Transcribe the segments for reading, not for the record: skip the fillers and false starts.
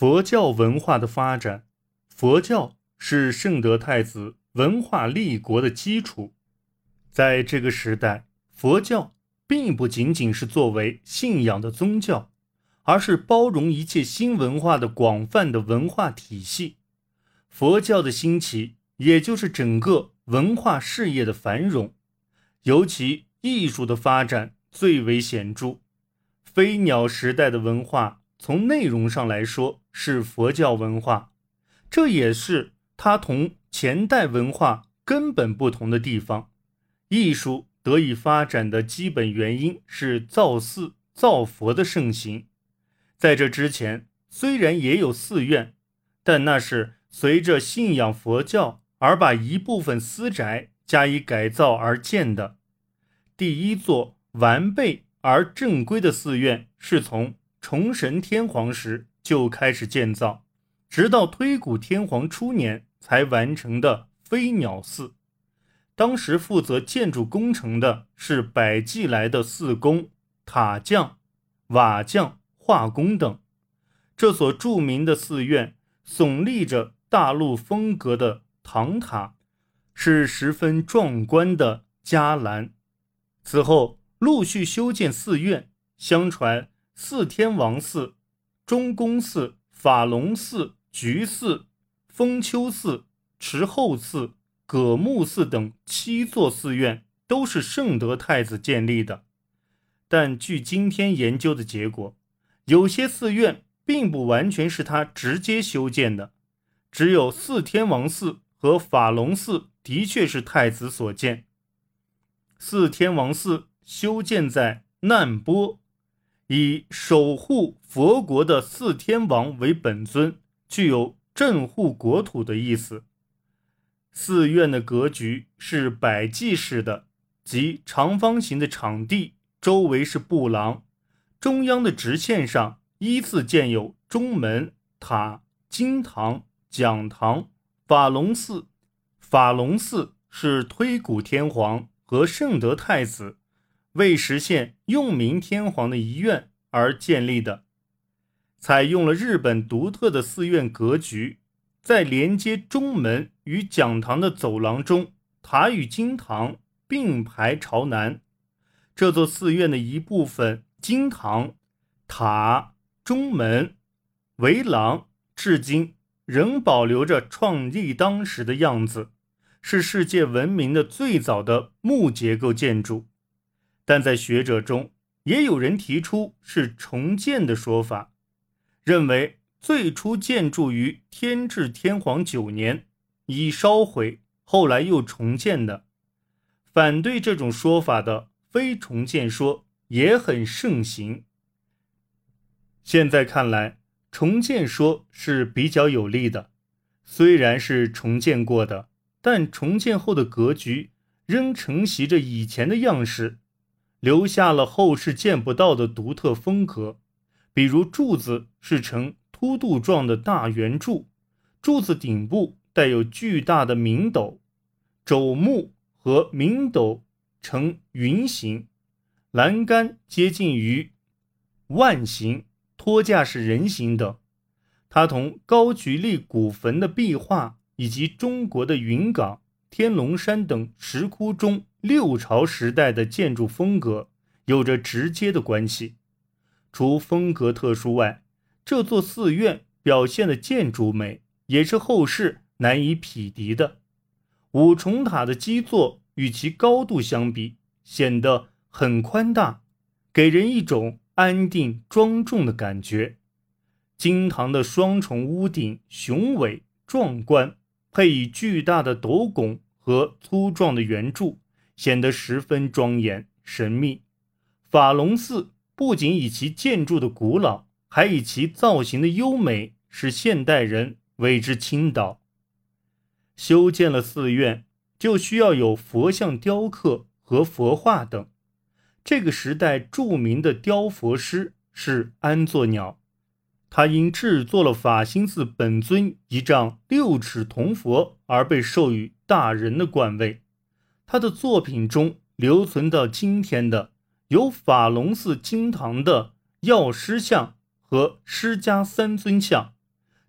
佛教文化的发展，佛教是圣德太子文化立国的基础。在这个时代，佛教并不仅仅是作为信仰的宗教，而是包容一切新文化的广泛的文化体系。佛教的兴起，也就是整个文化事业的繁荣，尤其艺术的发展最为显著。飞鸟时代的文化，从内容上来说是佛教文化，这也是它同前代文化根本不同的地方。艺术得以发展的基本原因是造寺造佛的盛行。在这之前，虽然也有寺院，但那是随着信仰佛教而把一部分私宅加以改造而建的。第一座完备而正规的寺院是从崇神天皇时就开始建造，直到推古天皇初年才完成的飞鸟寺。当时负责建筑工程的是百济来的寺工、塔匠、瓦匠、画工等。这所著名的寺院耸立着大陆风格的唐塔，是十分壮观的伽蓝。此后陆续修建寺院，相传四天王寺、中宫寺、法隆寺、菊寺、封丘寺、池后寺、葛木寺等7座寺院都是圣德太子建立的。但据今天研究的结果，有些寺院并不完全是他直接修建的，只有四天王寺和法隆寺的确是太子所建。四天王寺修建在难波，以守护佛国的四天王为本尊，具有镇护国土的意思。寺院的格局是百济式的，即长方形的场地，周围是布廊，中央的直线上依次建有中门、塔、经堂、讲堂、法隆寺。法隆寺是推古天皇和圣德太子为实现用明天皇的遗愿而建立的，采用了日本独特的寺院格局。在连接中门与讲堂的走廊中，塔与经堂并排朝南。这座寺院的一部分经堂、塔、中门、围廊至今仍保留着创立当时的样子，是世界闻名的最早的木结构建筑。但在学者中也有人提出是重建的说法，认为最初建筑于天智天皇9年，已烧毁，后来又重建的。反对这种说法的非重建说也很盛行。现在看来，重建说是比较有利的。虽然是重建过的，但重建后的格局仍承袭着以前的样式，留下了后世见不到的独特风格。比如柱子是呈凸肚状的大圆柱，柱子顶部带有巨大的明斗，肘木和明斗呈云形，栏杆接近于腕形，托架是人形等。它同高句丽古坟的壁画以及中国的云冈、天龙山等石窟中6朝时代的建筑风格有着直接的关系。除风格特殊外，这座寺院表现的建筑美也是后世难以匹敌的。五重塔的基座与其高度相比，显得很宽大，给人一种安定庄重的感觉。经堂的双重屋顶雄伟壮观，配以巨大的斗拱和粗壮的圆柱，显得十分庄严神秘。法隆寺不仅以其建筑的古老，还以其造型的优美，使现代人为之倾倒。修建了寺院，就需要有佛像雕刻和佛画等。这个时代著名的雕佛师是安作鸟，他因制作了法心寺本尊一丈6尺铜佛而被授予大人的冠位。他的作品中留存到今天的有法隆寺经堂的药师像和释迦3尊像，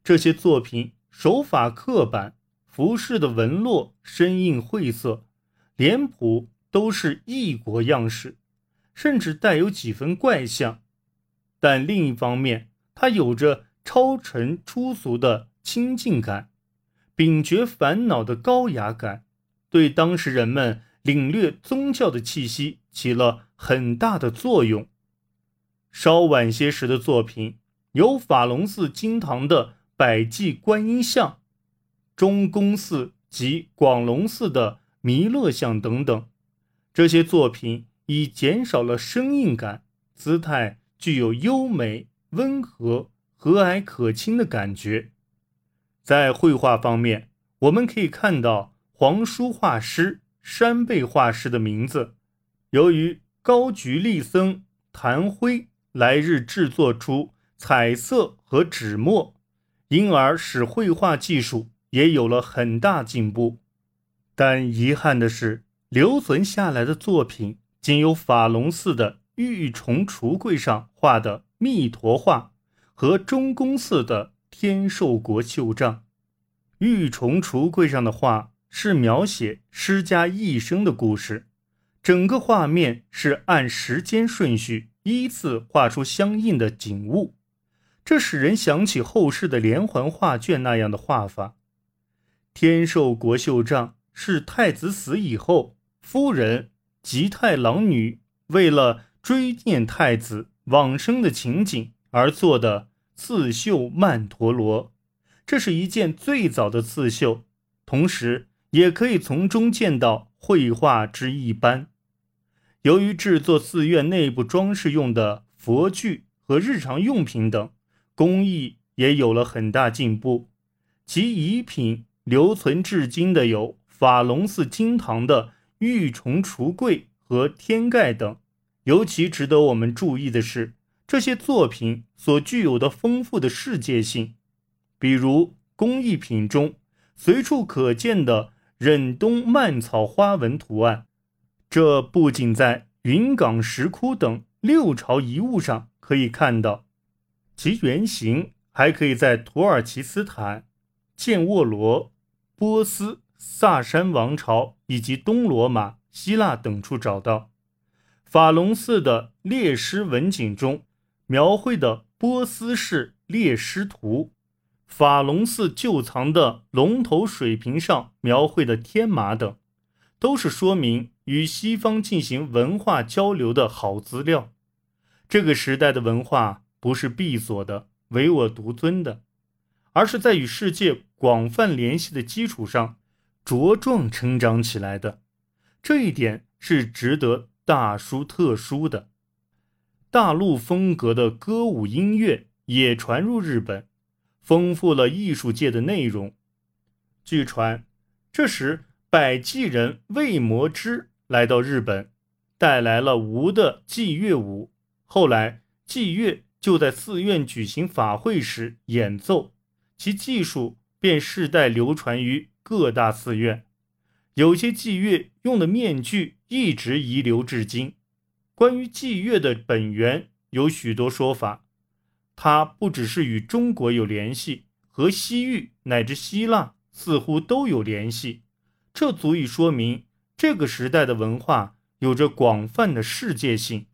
这些作品手法刻板，服饰的纹络生硬晦涩，脸谱都是异国样式，甚至带有几分怪象。但另一方面，它有着超尘粗俗的亲近感，秉绝烦恼的高雅感，对当时人们领略宗教的气息起了很大的作用。稍晚些时的作品有法隆寺金堂的百济观音像、中宫寺及广隆寺的弥勒像等等。这些作品已减少了生硬感，姿态具有优美、温和、和蔼可亲的感觉。在绘画方面，我们可以看到黄书画师、山贝画师的名字，由于高菊丽僧、谭辉来日制作出彩色和纸墨，因而使绘画技术也有了很大进步。但遗憾的是，留存下来的作品仅有法隆寺的玉重橱柜上画的密陀画和中宫寺的天寿国绣杖。玉重橱柜上的画是描写施家一生的故事，整个画面是按时间顺序依次画出相应的景物，这使人想起后世的连环画卷那样的画法。天寿国绣杖是太子死以后，夫人吉太郎女为了追念太子往生的情景而做的刺绣曼陀罗，这是一件最早的刺绣，同时也可以从中见到绘画之一般。由于制作寺院内部装饰用的佛具和日常用品等工艺也有了很大进步，其遗品留存至今的有法隆寺金堂的玉重橱柜和天盖等。尤其值得我们注意的是，这些作品所具有的丰富的世界性，比如工艺品中随处可见的忍冬蔓草花纹图案，这不仅在云冈石窟等六朝遗物上可以看到，其原型还可以在土耳其斯坦、健沃罗、波斯、萨珊王朝以及东罗马、希腊等处找到。法隆寺的列诗文景中描绘的波斯式列诗图，法隆寺旧藏的龙头水瓶上描绘的天马等，都是说明与西方进行文化交流的好资料。这个时代的文化不是闭锁的、唯我独尊的，而是在与世界广泛联系的基础上茁壮成长起来的。这一点是值得大书特书的。大陆风格的歌舞音乐也传入日本，丰富了艺术界的内容。据传，这时百济人魏摩之来到日本，带来了吴的祭乐舞，后来祭乐就在寺院举行法会时演奏，其技术便世代流传于各大寺院。有些祭乐用的面具一直遗留至今。关于祭乐的本源有许多说法，它不只是与中国有联系，和西域乃至希腊似乎都有联系，这足以说明这个时代的文化有着广泛的世界性。